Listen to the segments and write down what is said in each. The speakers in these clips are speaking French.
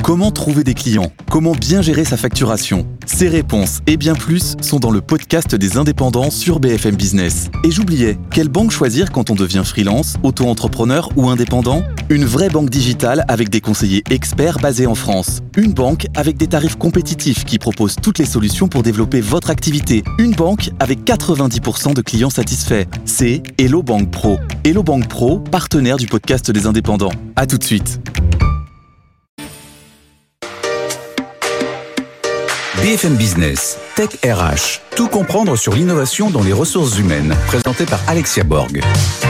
Comment trouver des clients ? Comment bien gérer sa facturation ? Ces réponses et bien plus sont dans le podcast des indépendants sur BFM Business. Et j'oubliais, quelle banque choisir quand on devient freelance, auto-entrepreneur ou indépendant ? Une vraie banque digitale avec des conseillers experts basés en France. Une banque avec des tarifs compétitifs qui propose toutes les solutions pour développer votre activité. Une banque avec 90% de clients satisfaits. C'est Hello Bank Pro. Hello Bank Pro, partenaire du podcast des indépendants. À tout de suite. BFM Business, Tech RH, tout comprendre sur l'innovation dans les ressources humaines, présenté par Alexia Borg.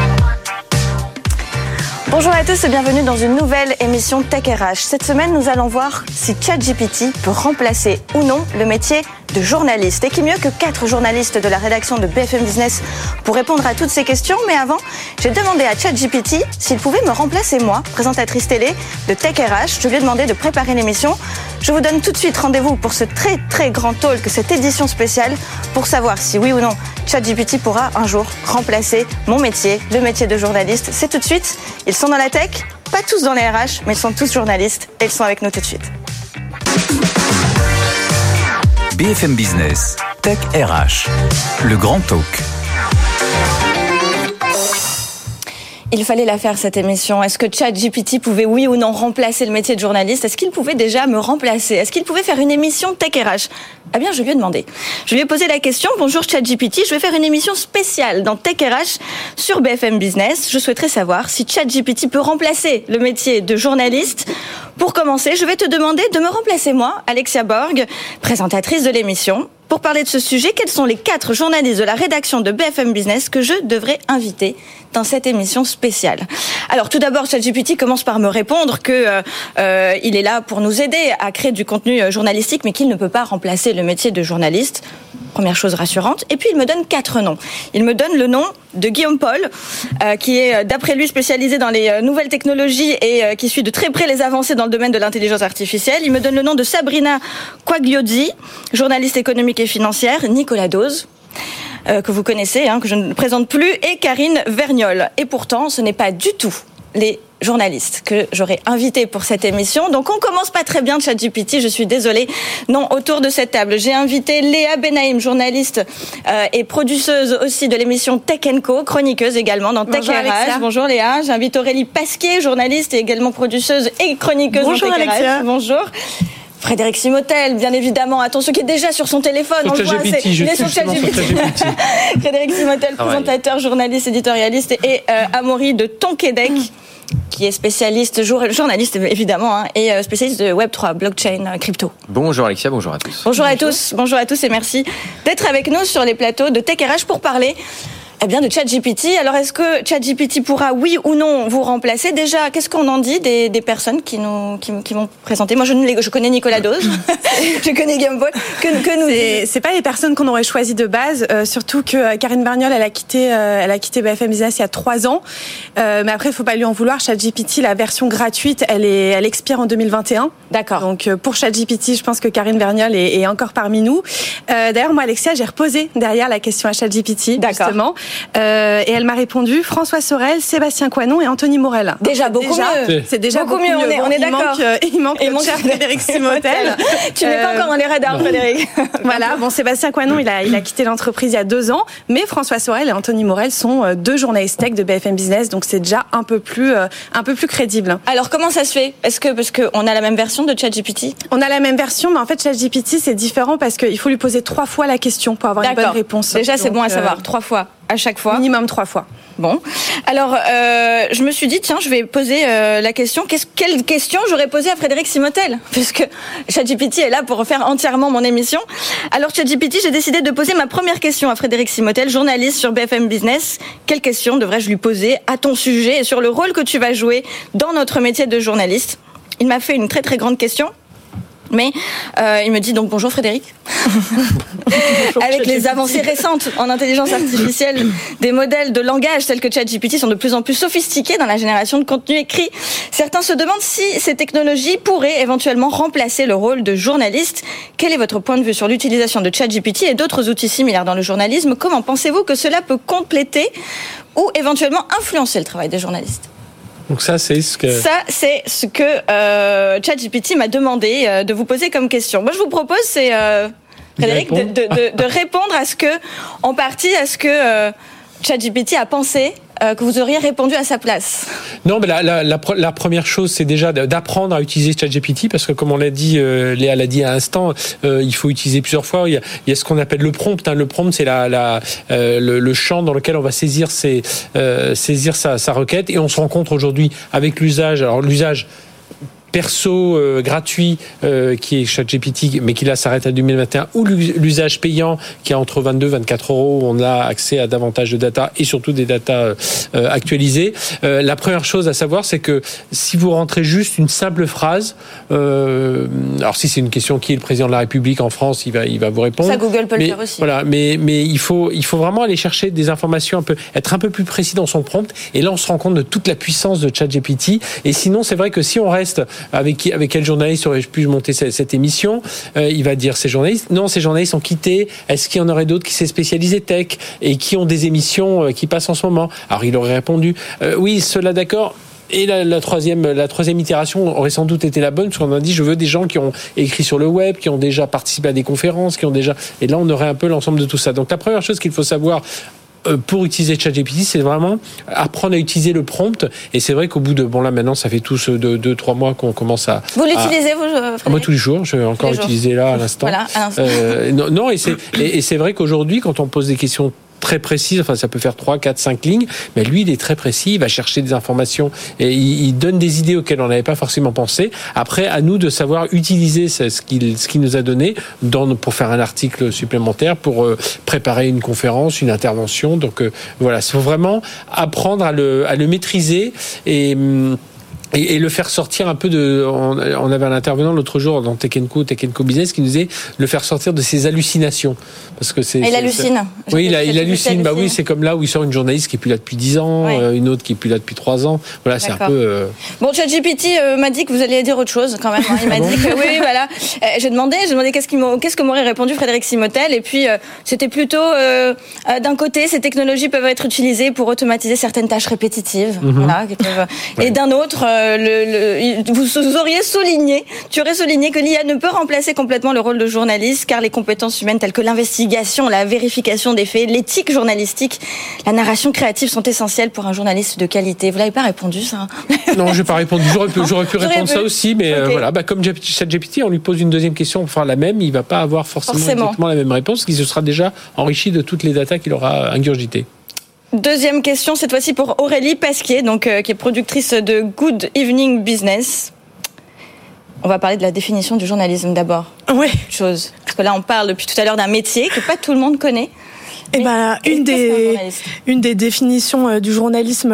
Bonjour à tous et bienvenue dans une nouvelle émission Tech RH. Cette semaine, nous allons voir si ChatGPT peut remplacer ou non le métier de journaliste. Et qui mieux que 4 journalistes de la rédaction de BFM Business pour répondre à toutes ces questions. Mais avant, j'ai demandé à ChatGPT s'il pouvait me remplacer moi, présentatrice télé de Tech RH. Je lui ai demandé de préparer l'émission. Je vous donne tout de suite rendez-vous pour ce très très grand talk, cette édition spéciale, pour savoir si oui ou non ChatGPT pourra un jour remplacer mon métier, le métier de journaliste. C'est tout de suite. Ils sont dans la tech, pas tous dans les RH, mais ils sont tous journalistes et ils sont avec nous tout de suite. BFM Business, Tech RH, le grand talk. Il fallait la faire cette émission. Est-ce que ChatGPT pouvait oui ou non remplacer le métier de journaliste ? Est-ce qu'il pouvait déjà me remplacer ? Est-ce qu'il pouvait faire une émission Tech RH ? Eh bien, je lui ai demandé. Je lui ai posé la question. Bonjour ChatGPT, je vais faire une émission spéciale dans Tech RH sur BFM Business. Je souhaiterais savoir si ChatGPT peut remplacer le métier de journaliste. Pour commencer, je vais te demander de me remplacer moi, Alexia Borg, présentatrice de l'émission. Pour parler de ce sujet, quels sont les 4 journalistes de la rédaction de BFM Business que je devrais inviter dans cette émission spéciale ? Alors, tout d'abord, ChatGPT commence par me répondre que il est là pour nous aider à créer du contenu journalistique, mais qu'il ne peut pas remplacer le métier de journaliste. Première chose rassurante. Et puis, il me donne 4 noms. Il me donne le nom de Guillaume Paul, qui est, d'après lui, spécialisé dans les nouvelles technologies et qui suit de très près les avancées dans le domaine de l'intelligence artificielle. Il me donne le nom de Sabrina Quagliozzi, journaliste économique et financière, Nicolas Dose, que vous connaissez, que je ne présente plus, et Karine Vergnol. Et pourtant, ce n'est pas du tout les journalistes que j'aurais invités pour cette émission. Donc on commence pas très bien de ChatGPT, je suis désolée. Non, autour de cette table, j'ai invité Léa Benaïm, journaliste et produceuse aussi de l'émission Tech & Co, chroniqueuse également dans Tech RH. Bonjour Léa. J'invite Aurélie Pasquier, journaliste et également produceuse et chroniqueuse dans Tech RH. Bonjour. Frédéric Simotel, bien évidemment. Attention, qui est déjà sur son téléphone. Sur ChatGPT, il est sur ChatGPT. Frédéric Simotel, présentateur, journaliste, éditorialiste et Amaury de Tonquédec, qui est spécialiste, journaliste évidemment, et spécialiste de Web3, blockchain, crypto. Bonjour Alexia, bonjour à tous. Bonjour à tous et merci d'être avec nous sur les plateaux de Tech RH pour parler de ChatGPT. Alors, est-ce que ChatGPT pourra, oui ou non, vous remplacer ? Déjà, qu'est-ce qu'on en dit des personnes qui vont présenter ? Moi, je connais Nicolas Dose, je connais Guillaume Paul. C'est pas les personnes qu'on aurait choisies de base, surtout que Karine Vergnol, elle a quitté BFM Business il y a 3 ans. Mais après, il faut pas lui en vouloir. ChatGPT, la version gratuite, elle expire en 2021. D'accord. Donc, pour ChatGPT, je pense que Karine Vergnol est encore parmi nous. D'ailleurs, moi, Alexia, j'ai reposé derrière la question à ChatGPT, justement. Et elle m'a répondu François Sorel, Sébastien Coinon et Anthony Morel. Déjà beaucoup mieux. C'est déjà beaucoup mieux. On est d'accord. Il manque le cher Frédéric Simotel. Tu n'es pas encore dans les radars, Frédéric. Voilà. Bon, Sébastien Coinon, il a quitté l'entreprise il y a 2 ans, mais François Sorel et Anthony Morel sont 2 journalistes tech de BFM Business, donc c'est déjà un peu plus crédible. Alors comment ça se fait ? Parce que on a la même version de ChatGPT ? On a la même version, mais en fait ChatGPT c'est différent parce qu'il faut lui poser 3 fois la question pour avoir une bonne réponse. Déjà, c'est bon à savoir. 3 fois. À chaque fois. Minimum 3 fois. Bon. Alors, je me suis dit, tiens, je vais poser la question. Quelle question j'aurais posée à Frédéric Simotel ? Puisque ChatGPT est là pour refaire entièrement mon émission. Alors, ChatGPT, j'ai décidé de poser ma première question à Frédéric Simotel, journaliste sur BFM Business. Quelle question devrais-je lui poser à ton sujet et sur le rôle que tu vas jouer dans notre métier de journaliste ? Il m'a fait une très très grande question. Mais il me dit donc bonjour Frédéric. Avec les avancées récentes en intelligence artificielle, des modèles de langage tels que ChatGPT sont de plus en plus sophistiqués dans la génération de contenu écrit. Certains se demandent si ces technologies pourraient éventuellement remplacer le rôle de journaliste. Quel est votre point de vue sur l'utilisation de ChatGPT et d'autres outils similaires dans le journalisme ? Comment pensez-vous que cela peut compléter ou éventuellement influencer le travail des journalistes ? Donc ça, c'est ce que ChatGPT m'a demandé de vous poser comme question. Moi, je vous propose, c'est Frédéric, de répondre en partie à ce que ChatGPT a pensé que vous auriez répondu à sa place. Non, mais la première chose, c'est déjà d'apprendre à utiliser ChatGPT, parce que comme on l'a dit, Léa l'a dit à l'instant, il faut utiliser plusieurs fois. Il y a ce qu'on appelle le prompt. Le prompt, c'est le champ dans lequel on va saisir sa requête, et on se rencontre aujourd'hui avec l'usage. Alors l'usage perso gratuit qui est ChatGPT, mais qui là s'arrête à 2021, ou l'usage payant qui est entre 22 et 24 euros, où on a accès à davantage de data et surtout des data actualisées. La première chose à savoir, c'est que si vous rentrez juste une simple phrase, alors si c'est une question qui est le président de la République en France, il va vous répondre. Ça, Google peut le faire aussi. Voilà, mais il faut vraiment aller chercher des informations être un peu plus précis dans son prompt, et là on se rend compte de toute la puissance de ChatGPT. Et sinon, c'est vrai que si on reste avec quel journaliste aurais-je pu monter cette émission, il va dire ces journalistes ont quitté, est-ce qu'il y en aurait d'autres qui s'est spécialisé tech et qui ont des émissions qui passent en ce moment? Alors il aurait répondu oui, cela d'accord. Et la troisième itération aurait sans doute été la bonne, parce qu'on a dit je veux des gens qui ont écrit sur le web, qui ont déjà participé à des conférences, et là on aurait un peu l'ensemble de tout ça. Donc la première chose qu'il faut savoir pour utiliser ChatGPT, c'est vraiment apprendre à utiliser le prompt. Et c'est vrai qu'au bout là maintenant, ça fait tous 2-3 mois qu'on commence à... Vous l'utilisez, vous, Frédéric? Moi, tous les jours. Je vais encore utiliser là, à l'instant. Voilà, à l'instant. Non, et c'est vrai qu'aujourd'hui, quand on pose des questions très précises, enfin ça peut faire 3, 4, 5 lignes, mais lui il est très précis, il va chercher des informations et il donne des idées auxquelles on n'avait pas forcément pensé. Après, à nous de savoir utiliser ce qu'il nous a donné pour faire un article supplémentaire, pour préparer une conférence, une intervention. Donc voilà, il faut vraiment apprendre à le maîtriser et le faire sortir un peu on avait un intervenant l'autre jour dans Tech & Co Business qui nous disait le faire sortir de ses hallucinations, parce que il hallucine. Oui, il hallucine. Bah oui, c'est comme là où il sort une journaliste qui est plus là depuis 10 ans, une autre qui est plus là depuis 3 ans. Voilà, c'est un peu Bon, ChatGPT m'a dit que vous alliez dire autre chose quand même. Il m'a dit que oui, voilà. J'ai demandé qu'est-ce que m'aurait répondu Frédéric Simotel, et puis c'était plutôt d'un côté, ces technologies peuvent être utilisées pour automatiser certaines tâches répétitives, voilà, qui peuvent, et d'un autre tu aurais souligné que l'IA ne peut remplacer complètement le rôle de journaliste, car les compétences humaines telles que l'investigation, la vérification des faits, l'éthique journalistique, la narration créative sont essentielles pour un journaliste de qualité. Vous l'avez pas répondu, ça? Non, j'ai pas répondu. J'aurais pu répondre ça aussi, mais voilà, comme ChatGPT, on lui pose une deuxième question pour faire la même, il va pas avoir forcément exactement la même réponse, qui se sera déjà enrichi de toutes les datas qu'il aura ingurgitées. Deuxième question, cette fois-ci pour Aurélie Pasquier, qui est productrice de Good Evening Business. On va parler de la définition du journalisme d'abord. Oui. Parce que là, on parle depuis tout à l'heure d'un métier que pas tout le monde connaît. Une des définitions du journalisme,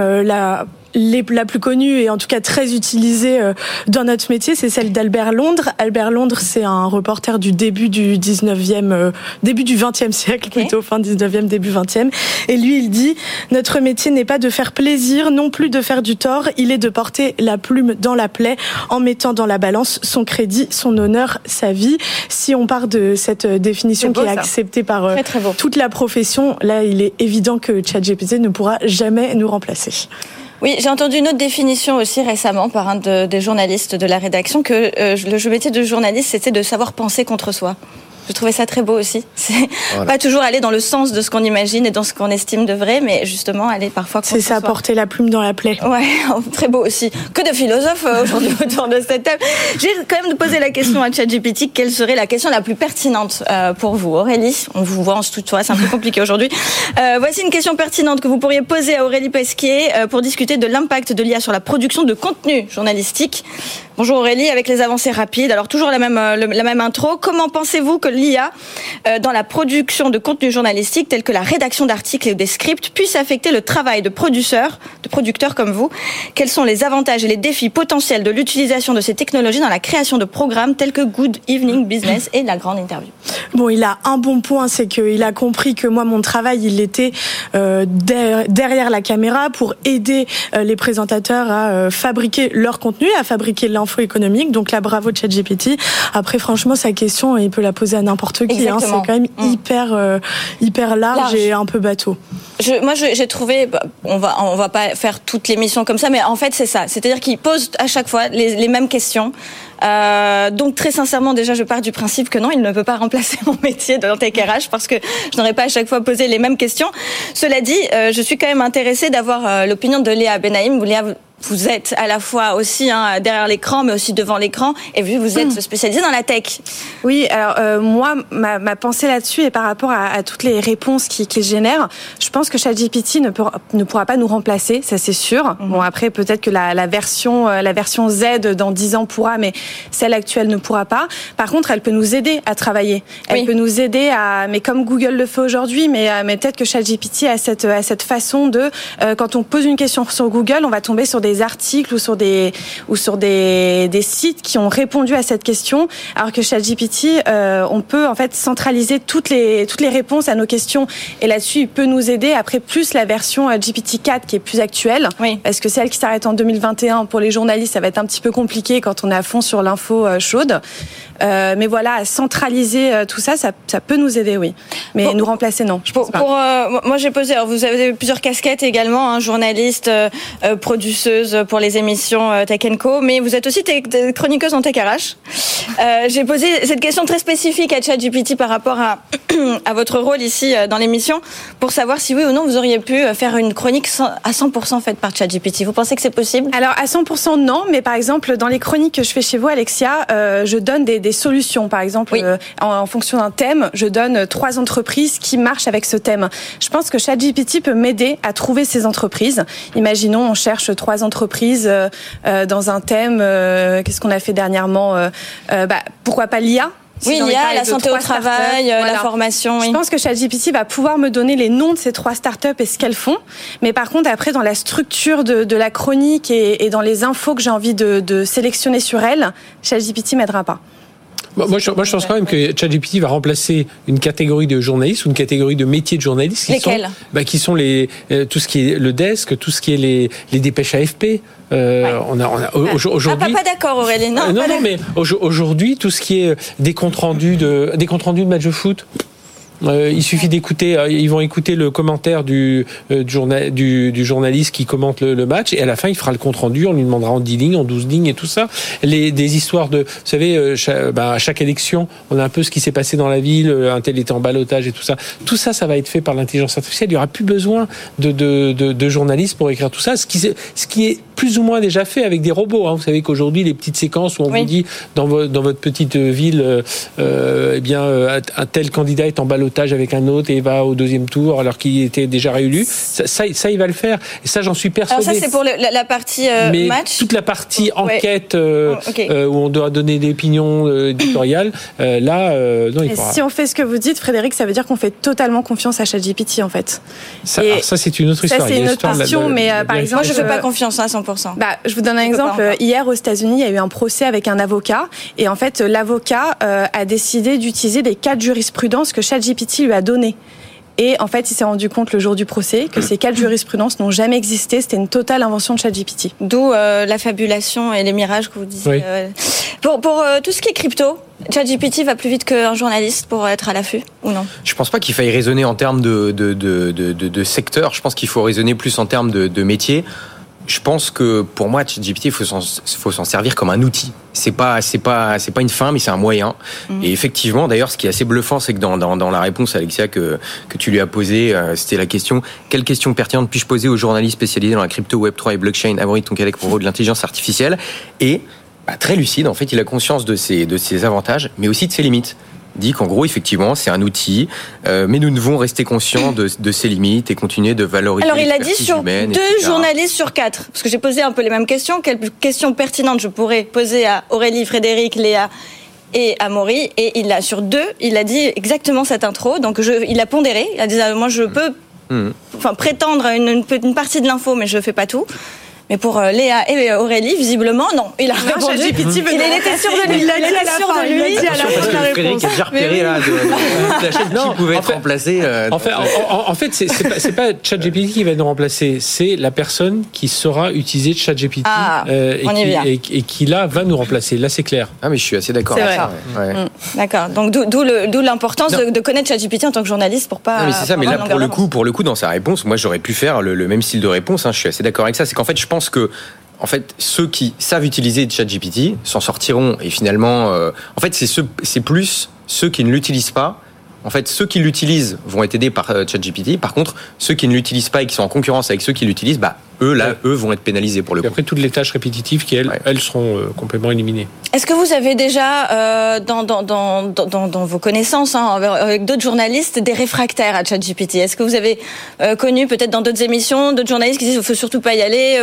la plus connue et en tout cas très utilisée dans notre métier, c'est celle d'Albert Londres. Albert Londres, c'est un reporter du début du 19e, début du 20e siècle, plutôt fin 19e, début 20e. Et lui, il dit: notre métier n'est pas de faire plaisir, non plus de faire du tort, il est de porter la plume dans la plaie en mettant dans la balance son crédit, son honneur, sa vie. Si on part de cette définition qui est acceptée par toute la profession, là, il est évident que ChatGPT ne pourra jamais nous remplacer. Oui, j'ai entendu une autre définition aussi récemment par un des journalistes de la rédaction, que le métier de journaliste, c'était de savoir penser contre soi. Je trouvais ça très beau aussi. C'est pas toujours aller dans le sens de ce qu'on imagine et dans ce qu'on estime de vrai, mais justement aller parfois contre soi. C'est ça, porter la plume dans la plaie. Ouais, très beau aussi. Que de philosophes aujourd'hui autour de cette table. J'ai quand même posé la question à ChatGPT. Quelle serait la question la plus pertinente pour vous, Aurélie? On vous voit en studio, c'est un peu compliqué aujourd'hui. Voici une question pertinente que vous pourriez poser à Aurélie Pasquier pour discuter de l'impact de l'IA sur la production de contenu journalistique. Bonjour Aurélie, avec les avancées rapides. Alors toujours la même intro. Comment pensez-vous que l'IA dans la production de contenu journalistique, tel que la rédaction d'articles et des scripts, puisse affecter le travail de producteurs comme vous? Quels sont les avantages et les défis potentiels de l'utilisation de ces technologies dans la création de programmes tels que Good Evening Business et La Grande Interview? Bon, il a un bon point, c'est qu'il a compris que moi, mon travail, il était derrière la caméra pour aider les présentateurs à fabriquer leur contenu, à fabriquer l'info économique. Donc là, bravo ChatGPT. Après, franchement, sa question, il peut la poser à n'importe qui. Exactement. C'est quand même hyper large et un peu bateau. Moi, j'ai trouvé, on va pas faire toute l'émission comme ça, mais en fait, c'est ça. C'est-à-dire qu'ils posent à chaque fois les mêmes questions. Donc, très sincèrement, déjà, je pars du principe que non, il ne peut pas remplacer mon métier dans Tech RH parce que je n'aurais pas à chaque fois posé les mêmes questions. Cela dit, je suis quand même intéressée d'avoir l'opinion de Léa Benaïm. Léa, vous êtes à la fois aussi derrière l'écran, mais aussi devant l'écran, et vous êtes spécialisée dans la tech. Oui, alors moi, ma pensée là-dessus et par rapport à toutes les réponses qu'il génère, je pense que ChatGPT ne pourra pas nous remplacer, ça c'est sûr. Bon, après peut-être que la version Z dans 10 ans pourra, mais celle actuelle ne pourra pas. Par contre, elle peut nous aider à travailler. Elle peut nous aider mais comme Google le fait aujourd'hui, mais peut-être que ChatGPT a cette façon de quand on pose une question sur Google, on va tomber sur des articles ou sur des sites qui ont répondu à cette question, alors que ChatGPT, on peut en fait centraliser toutes les réponses à nos questions, et là-dessus il peut nous aider. Après, plus la version GPT-4 qui est plus actuelle, parce que celle qui s'arrête en 2021 pour les journalistes, ça va être un petit peu compliqué quand on est à fond sur l'info chaude. Mais voilà, à centraliser tout ça peut nous aider, oui. Mais nous remplacer, non. Moi, j'ai posé. Alors, vous avez plusieurs casquettes également, journaliste, produceuse pour les émissions Tech & Co, mais vous êtes aussi chroniqueuse dans Tech RH. J'ai posé cette question très spécifique à ChatGPT par rapport à votre rôle ici dans l'émission, pour savoir si oui ou non vous auriez pu faire une chronique à 100% faite par ChatGPT. Vous pensez que c'est possible ? Alors, à 100% non, mais par exemple, dans les chroniques que je fais chez vous, Alexia, je donne des solutions. Par exemple, en fonction d'un thème, je donne 3 entreprises qui marchent avec ce thème. Je pense que ChatGPT peut m'aider à trouver ces entreprises. Imaginons, on cherche 3 entreprises dans un thème. Qu'est-ce qu'on a fait dernièrement ? Pourquoi pas l'IA ? Oui, l'IA, la santé au travail, la formation. Je pense que ChatGPT va pouvoir me donner les noms de ces 3 startups et ce qu'elles font. Mais par contre, après, dans la structure de la chronique et dans les infos que j'ai envie de sélectionner sur elles, ChatGPT m'aidera pas. Moi, je pense quand même que ChatGPT va remplacer une catégorie de journalistes ou une catégorie de métiers de journalistes qui sont tout ce qui est le desk, tout ce qui est les dépêches AFP. On a aujourd'hui. Pas d'accord, Aurélie. Non, mais aujourd'hui, tout ce qui est des comptes rendus de matchs de foot. Il suffit d'écouter, ils vont écouter le commentaire du journaliste qui commente le match, et à la fin il fera le compte rendu, on lui demandera en 10 lignes, en 12 lignes et tout ça. Des histoires vous savez, à chaque élection, on a un peu ce qui s'est passé dans la ville, un tel était en ballottage et tout ça. Tout ça, ça va être fait par l'intelligence artificielle. Il y aura plus besoin de journalistes pour écrire tout ça. Ce qui est plus ou moins déjà fait avec des robots. Vous savez qu'aujourd'hui, les petites séquences où on vous dit dans votre petite ville, un tel candidat est en ballottage avec un autre et va au 2e tour alors qu'il était déjà réélu. Ça, il va le faire. Et ça, j'en suis persuadé. Alors ça, c'est pour la partie mais match. Toute la partie enquête où on doit donner des opinions éditoriales, non, il faudra. Si on fait ce que vous dites, Frédéric, ça veut dire qu'on fait totalement confiance à ChatGPT, en fait. Ça, c'est une autre histoire. Ça, c'est une autre question, mais par exemple... Moi, je ne fais pas confiance à 100%. Je vous donne un exemple. Hier, aux États-Unis, il y a eu un procès avec un avocat. Et en fait, l'avocat a décidé d'utiliser des cas de jurisprudence que ChatGPT lui a donnés. Et en fait, il s'est rendu compte le jour du procès que ces cas de jurisprudence n'ont jamais existé. C'était une totale invention de ChatGPT. D'où la fabulation et les mirages que vous disiez. Oui. Pour tout ce qui est crypto, ChatGPT va plus vite qu'un journaliste pour être à l'affût, ou non ? Je pense pas qu'il faille raisonner en termes de secteur. Je pense qu'il faut raisonner plus en termes de métier. Je pense que pour moi, ChatGPT, il faut s'en servir comme un outil. C'est pas une fin, mais c'est un moyen. Et effectivement, d'ailleurs, ce qui est assez bluffant, c'est que dans la réponse, Alexia, que tu lui as posée, c'était la question: quelle question pertinente puis-je poser aux journalistes spécialisés dans la crypto, Web3 et blockchain, algorithmes Tonkalek pour de l'intelligence artificielle? Et très lucide, en fait, il a conscience de ses avantages, mais aussi de ses limites. Dit qu'en gros, effectivement, c'est un outil, mais nous devons rester conscients de ses limites et continuer de valoriser. Alors, il a dit sur humaine, 2 etc. journalistes sur 4, parce que j'ai posé un peu les mêmes questions. Quelles questions pertinentes je pourrais poser à Aurélie, Frédéric, Léa et à Maury, et sur 2, il a dit exactement cette intro. Donc, il a pondéré. Il a dit moi, je peux prétendre à une partie de l'info, mais je fais pas tout. Mais pour Léa et Aurélie, visiblement, non. Il a répondu. Il était sûr de lui. Il était sûr de lui. Frédéric a déjà repéré là de la chaîne qui pouvait être remplacée. En fait, c'est pas ChatGPT qui va nous remplacer, c'est la personne qui saura utiliser ChatGPT et qui là va nous remplacer. Là, c'est clair. Ah, mais je suis assez d'accord c'est avec vrai. ça. Ouais. D'accord. Donc d'où l'importance de connaître ChatGPT en tant que journaliste pour pas. Non, mais c'est ça. Mais là, pour le coup, dans sa réponse, moi, j'aurais pu faire le même style de réponse. Je suis assez d'accord avec ça. C'est qu'en fait, je pense que ceux qui savent utiliser ChatGPT s'en sortiront. Et finalement, en fait, c'est plus ceux qui ne l'utilisent pas. En fait, ceux qui l'utilisent vont être aidés par ChatGPT. Par contre, ceux qui ne l'utilisent pas et qui sont en concurrence avec ceux qui l'utilisent, eux vont être pénalisés pour le coup. Et après, toutes les tâches répétitives elles seront complètement éliminées. Est-ce que vous avez déjà, dans vos connaissances, avec d'autres journalistes, des réfractaires à ChatGPT ? Est-ce que vous avez connu peut-être dans d'autres émissions, d'autres journalistes qui disent qu'il ne faut surtout pas y aller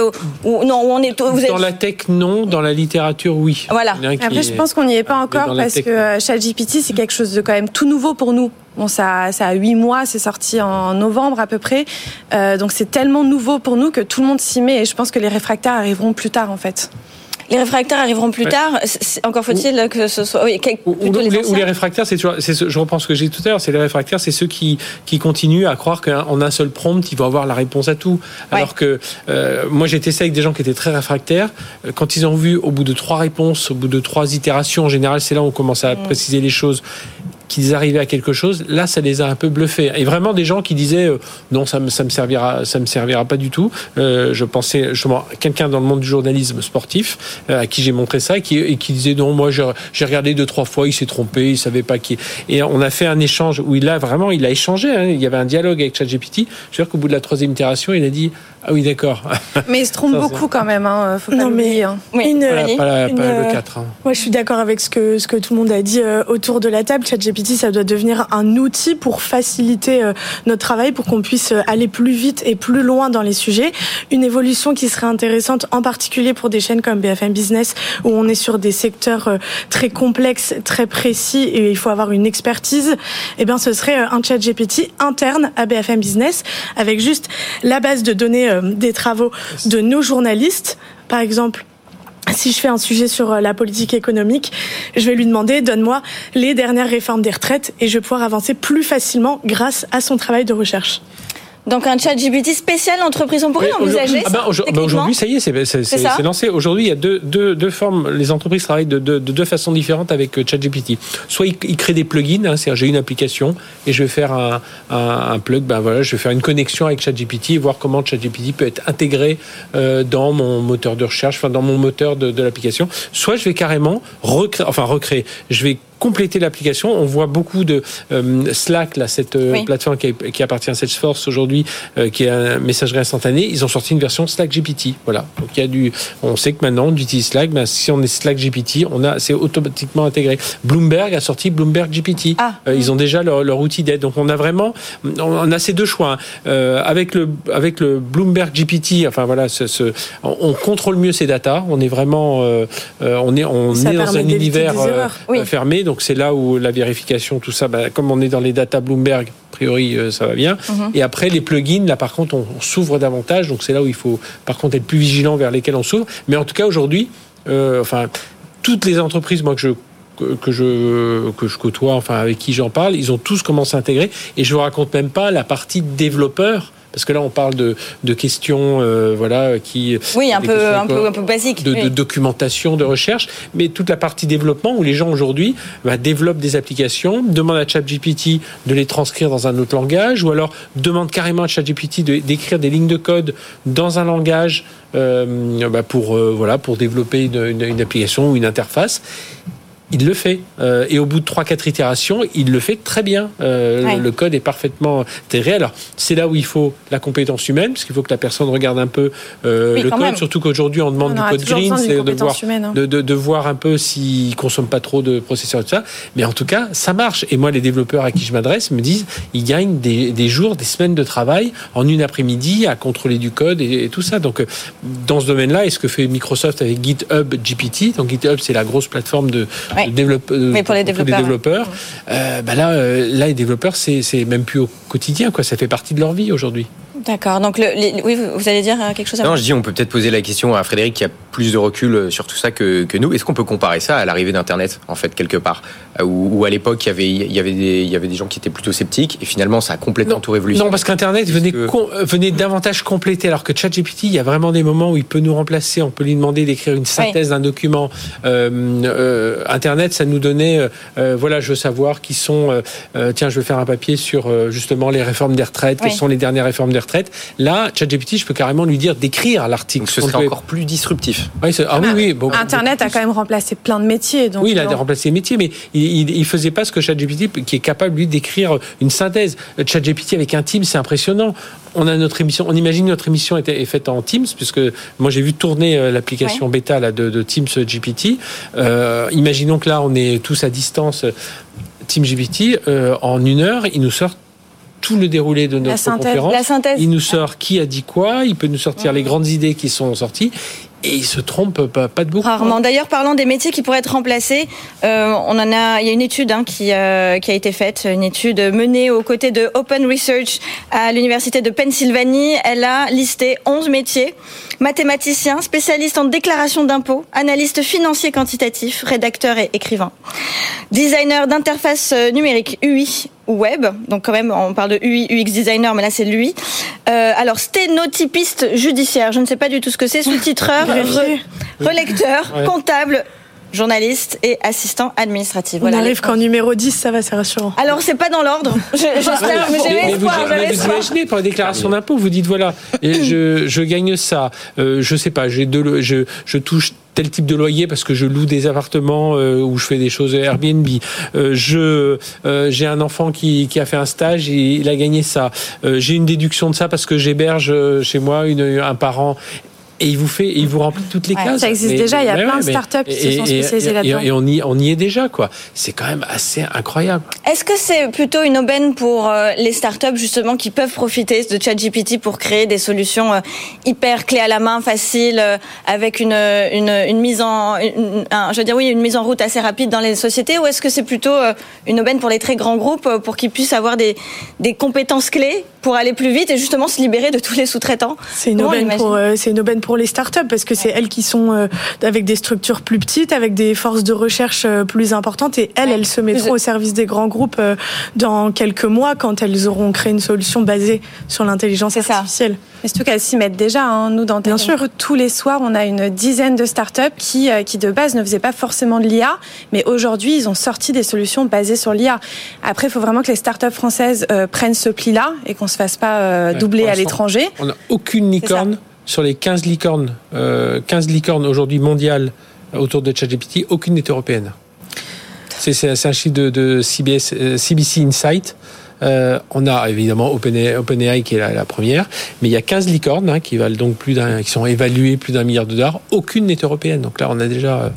Dans la tech, non. Dans la littérature, oui. Voilà. Après, je pense qu'on n'y est pas encore parce que ChatGPT, c'est quelque chose de quand même tout nouveau pour nous. Bon, ça a 8 mois, c'est sorti en novembre à peu près. Donc c'est tellement nouveau pour nous que tout le monde s'y met et je pense que les réfractaires arriveront plus tard en fait. Les réfractaires arriveront plus tard. Encore faut-il que ce soit. Oui, ou les réfractaires, je reprends ce que j'ai dit tout à l'heure. C'est les réfractaires, c'est ceux qui continuent à croire qu'en un seul prompt, ils vont avoir la réponse à tout. Alors que moi, j'ai testé avec des gens qui étaient très réfractaires. Quand ils ont vu au bout de 3 réponses, au bout de 3 itérations, en général, c'est là où on commence à préciser les choses, qu'ils arrivaient à quelque chose, là ça les a un peu bluffés. Et vraiment des gens qui disaient non, ça me servira pas du tout. Je pensais justement à quelqu'un dans le monde du journalisme sportif à qui j'ai montré ça et qui disait non, moi j'ai regardé 2-3 fois, il s'est trompé, il savait pas qui. Et on a fait un échange où il a échangé. Il y avait un dialogue avec ChatGPT. Je veux dire qu'au bout de la 3e itération, il a dit ah oui, d'accord. Mais il se trompe beaucoup quand même. Faut pas l'oublier. Oui, pas le 4. Moi, je suis d'accord avec ce que tout le monde a dit autour de la table. ChatGPT, ça doit devenir un outil pour faciliter notre travail, pour qu'on puisse aller plus vite et plus loin dans les sujets. Une évolution qui serait intéressante, en particulier pour des chaînes comme BFM Business, où on est sur des secteurs très complexes, très précis, et il faut avoir une expertise. Eh bien, ce serait un ChatGPT interne à BFM Business, avec juste la base de données des travaux de nos journalistes. Par exemple, si je fais un sujet sur la politique économique, je vais lui demander, donne-moi les dernières réformes des retraites et je vais pouvoir avancer plus facilement grâce à son travail de recherche. Donc un ChatGPT spécial entreprise, on pourrait l'envisager aujourd'hui, ça y est, c'est lancé. Aujourd'hui, il y a deux formes. Les entreprises travaillent de 2 façons différentes avec ChatGPT. Soit ils créent des plugins, c'est-à-dire j'ai une application et je vais faire un plug. Je vais faire une connexion avec ChatGPT et voir comment ChatGPT peut être intégré dans mon moteur de recherche, dans mon moteur de l'application. Soit je vais carrément recréer. Je vais compléter l'application. On voit beaucoup de Slack, cette plateforme qui appartient à Salesforce aujourd'hui, qui est une messagerie instantanée. Ils ont sorti une version Slack GPT. Voilà. Donc on sait que maintenant on utilise Slack. Si on est Slack GPT, c'est automatiquement intégré. Bloomberg a sorti Bloomberg GPT. Ils ont déjà leur outil d'aide. Donc on a ces 2 choix. Avec le Bloomberg GPT, on contrôle mieux ses datas. On est vraiment, on est dans un univers fermé. Donc c'est là où la vérification, tout ça, comme on est dans les data Bloomberg, a priori ça va bien. Et après les plugins, là par contre on s'ouvre davantage, donc c'est là où il faut par contre être plus vigilant vers lesquels on s'ouvre. Mais en tout cas aujourd'hui, toutes les entreprises moi que je côtoie, avec qui j'en parle, ils ont tous commencé à intégrer. Et je vous raconte même pas la partie développeur. Parce que là, on parle de questions, qui... Oui, un peu basique. De documentation, de recherche. Mais toute la partie développement, où les gens aujourd'hui développent des applications, demandent à ChatGPT de les transcrire dans un autre langage, ou alors demandent carrément à ChatGPT d'écrire des lignes de code dans un langage pour développer une application ou une interface. Il le fait. Et au bout de 3-4 itérations, il le fait très bien. Le code est parfement intégré. Alors, c'est là où il faut la compétence humaine, parce qu'il faut que la personne regarde un peu le code. Même. Surtout qu'aujourd'hui, on demande du code green, c'est-à-dire de voir un peu s'il ne consomme pas trop de processeurs et tout ça. Mais en tout cas, ça marche. Et moi, les développeurs à qui je m'adresse me disent, ils gagnent des jours, des semaines de travail en une après-midi à contrôler du code et tout ça. Donc, dans ce domaine-là, et ce que fait Microsoft avec GitHub GPT, donc GitHub, c'est la grosse plateforme pour les développeurs. Là, les développeurs, c'est même plus au quotidien, quoi. Ça fait partie de leur vie aujourd'hui. D'accord. Donc, oui, vous allez dire quelque chose? Non, je dis, on peut peut-être poser la question à Frédéric qui a plus de recul sur tout ça que nous. Est-ce qu'on peut comparer ça à l'arrivée d'Internet, en fait, quelque part, où à l'époque il y avait des gens qui étaient plutôt sceptiques et finalement ça a complètement tout révolutionné. Non, parce qu'Internet venait davantage compléter, alors que ChatGPT, il y a vraiment des moments où il peut nous remplacer. On peut lui demander d'écrire une synthèse d'un document. Internet, ça nous donnait, voilà, je veux savoir qui sont. Tiens, je veux faire un papier sur justement les réformes des retraites. Quelles sont les dernières réformes des retraites? Là, ChatGPT, je peux carrément lui dire d'écrire l'article. Donc ce serait encore plus disruptif. Oui. Bon, Internet a quand même remplacé plein de métiers. Donc oui, il a remplacé les métiers, mais il faisait pas ce que ChatGPT, qui est capable, lui, d'écrire une synthèse. ChatGPT avec un Teams, c'est impressionnant. On a notre émission, on imagine notre émission est faite en Teams, puisque moi j'ai vu tourner l'application bêta là, de Teams GPT. Imaginons que là, on est tous à distance. Teams GPT, en 1 heure, il nous sort tout le déroulé de notre conférence. La synthèse. Il nous sort qui a dit quoi, il peut nous sortir les grandes idées qui sont sorties. Et il se trompe pas de beaucoup. Rarement. D'ailleurs, parlant des métiers qui pourraient être remplacés, il y a une étude qui a été faite, une étude menée aux côtés de Open Research à l'université de Pennsylvanie. Elle a listé 11 métiers: mathématicien, spécialiste en déclaration d'impôts, analyste financier quantitatif, rédacteur et écrivain, designer d'interface numérique UI ou web. Donc quand même, on parle de UI, UX designer, mais là c'est l'UI. Alors, sténotypiste judiciaire, je ne sais pas du tout ce que c'est, sous-titreur, relecteur, comptable, journaliste et assistant administratif. On arrive qu'en numéro 10, ça va, c'est rassurant. Alors, c'est pas dans l'ordre. J'espère, mais j'ai espoir. Vous imaginez, pour la déclaration d'impôt, vous dites, voilà, je gagne ça, je sais pas, je touche tel type de loyer parce que je loue des appartements où je fais des choses Airbnb. J'ai un enfant qui a fait un stage et il a gagné ça. J'ai une déduction de ça parce que j'héberge chez moi un parent. Et il vous remplit toutes les cases. Ça existe déjà, il y a plein de startups qui se sont spécialisées là-dedans. Et on y est déjà, quoi. C'est quand même assez incroyable. Est-ce que c'est plutôt une aubaine pour les startups, justement, qui peuvent profiter de ChatGPT pour créer des solutions hyper clés à la main, faciles, avec une mise en route assez rapide dans les sociétés, ou est-ce que c'est plutôt une aubaine pour les très grands groupes pour qu'ils puissent avoir des compétences clés pour aller plus vite et justement se libérer de tous les sous-traitants? C'est une aubaine pour les startups parce que c'est elles qui sont avec des structures plus petites, avec des forces de recherche plus importantes, et elles se mettront au service des grands groupes dans quelques mois quand elles auront créé une solution basée sur l'intelligence artificielle. Mais surtout qu'elles s'y mettent déjà. Nous, dans Tech & Co, tous les soirs, on a une dizaine de startups qui de base ne faisaient pas forcément de l'IA, mais aujourd'hui, ils ont sorti des solutions basées sur l'IA. Après, il faut vraiment que les startups françaises prennent ce pli-là et qu'on se fasse pas doubler à l'étranger. On n'a aucune licorne. Sur les 15 licornes aujourd'hui mondiales autour de ChatGPT, aucune n'est européenne. C'est un chiffre de CBC Insight. On a évidemment OpenAI qui est la première, mais il y a 15 licornes qui valent donc qui sont évaluées plus d'$1 milliard. Aucune n'est européenne. Donc là, on a déjà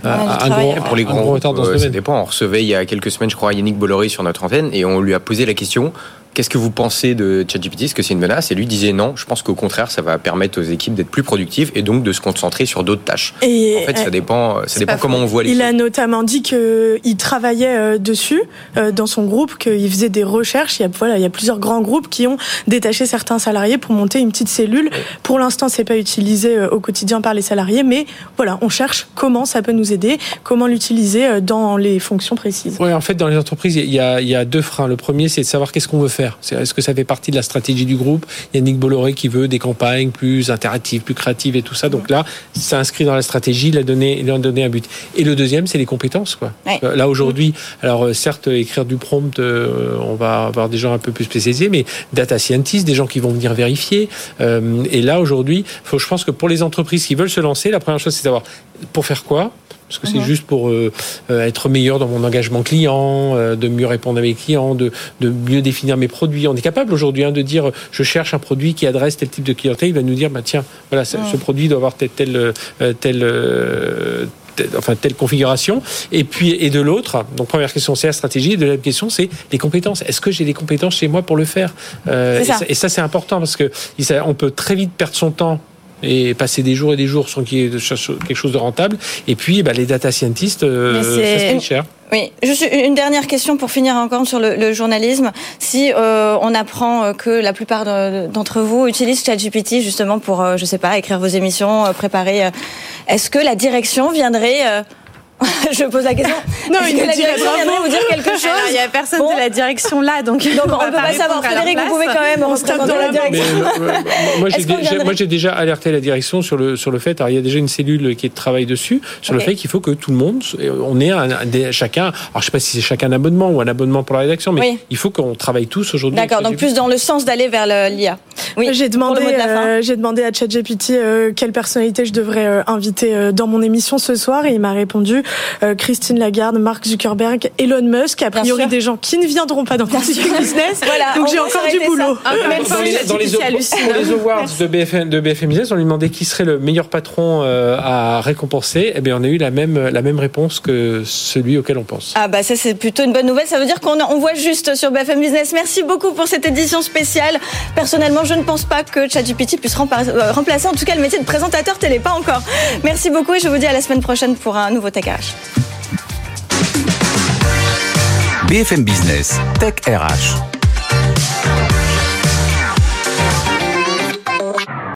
pour les grands retard dans ce domaine. Ça dépend. On recevait il y a quelques semaines, je crois, Yannick Bolloré sur notre antenne et on lui a posé la question: qu'est-ce que vous pensez de ChatGPT? Est-ce que c'est une menace? Et lui disait non, je pense qu'au contraire, ça va permettre aux équipes d'être plus productives et donc de se concentrer sur d'autres tâches. Et en fait, ça dépend comment on voit les choses. Il a notamment dit qu'il travaillait dessus dans son groupe, qu'il faisait des recherches. Il y a plusieurs grands groupes qui ont détaché certains salariés pour monter une petite cellule. Pour l'instant, c'est pas utilisé au quotidien par les salariés, mais voilà, on cherche comment ça peut nous aider, comment l'utiliser dans les fonctions précises. Oui, en fait, dans les entreprises, il y a deux freins. Le premier, c'est de savoir qu'est-ce qu'on veut faire. Est-ce que ça fait partie de la stratégie du groupe? Yannick Bolloré qui veut des campagnes plus interactives, plus créatives et tout ça. Donc là, ça inscrit dans la stratégie, il a donné un but. Et le deuxième, c'est les compétences, quoi. Ouais. Là, aujourd'hui, alors certes, écrire du prompt, on va avoir des gens un peu plus spécialisés, mais data scientists, des gens qui vont venir vérifier. Et là, aujourd'hui, je pense que pour les entreprises qui veulent se lancer, la première chose, c'est de savoir pour faire quoi. Parce que c'est juste pour être meilleur dans mon engagement client, de mieux répondre à mes clients, de mieux définir mes produits. On est capable aujourd'hui de dire je cherche un produit qui adresse tel type de clientèle. Il va nous dire tiens, voilà, ce produit doit avoir telle configuration. Et de l'autre, donc première question, c'est la stratégie. Et deuxième question, c'est les compétences. Est-ce que j'ai les compétences chez moi pour le faire? Et ça, c'est important parce que on peut très vite perdre son temps et passer des jours et des jours sans qu'il y ait quelque chose de rentable. Et puis, les data scientists, ça se paye cher. Oui, juste une dernière question pour finir encore sur le journalisme. Si on apprend que la plupart d'entre vous utilisent ChatGPT justement pour, je sais pas, écrire vos émissions, préparer, est-ce que la direction viendrait je pose la question. Non, est-ce que la direction viendrait vous dire quelque chose? Il n'y a personne de la direction là, donc on ne peut pas savoir. Frédéric, vous pouvez quand même représenter la direction. Moi, j'ai déjà alerté la direction sur le fait. Alors, il y a déjà une cellule qui travaille dessus sur le fait qu'il faut que tout le monde, on ait chacun. Alors, je sais pas si c'est chacun un abonnement ou un abonnement pour la rédaction, mais il faut qu'on travaille tous aujourd'hui. D'accord. Donc plus dans le sens d'aller vers l'IA. Oui. J'ai demandé à ChatGPT quelle personnalité je devrais inviter dans mon émission ce soir, et il m'a répondu Christine Lagarde, Mark Zuckerberg, Elon Musk, a priori des gens qui ne viendront pas dans Politics Business. Voilà, donc j'ai encore du boulot. Pour les awards de BFM Business, on lui demandait qui serait le meilleur patron à récompenser. Eh bien, on a eu la même réponse que celui auquel on pense. Ah bah ça, c'est plutôt une bonne nouvelle. Ça veut dire qu'on voit juste sur BFM Business. Merci beaucoup pour cette édition spéciale. Personnellement, je ne pense pas que ChatGPT puisse remplacer en tout cas le métier de présentateur télé, pas encore. Merci beaucoup et je vous dis à la semaine prochaine pour un nouveau Tech RH. BFM Business, Tech RH.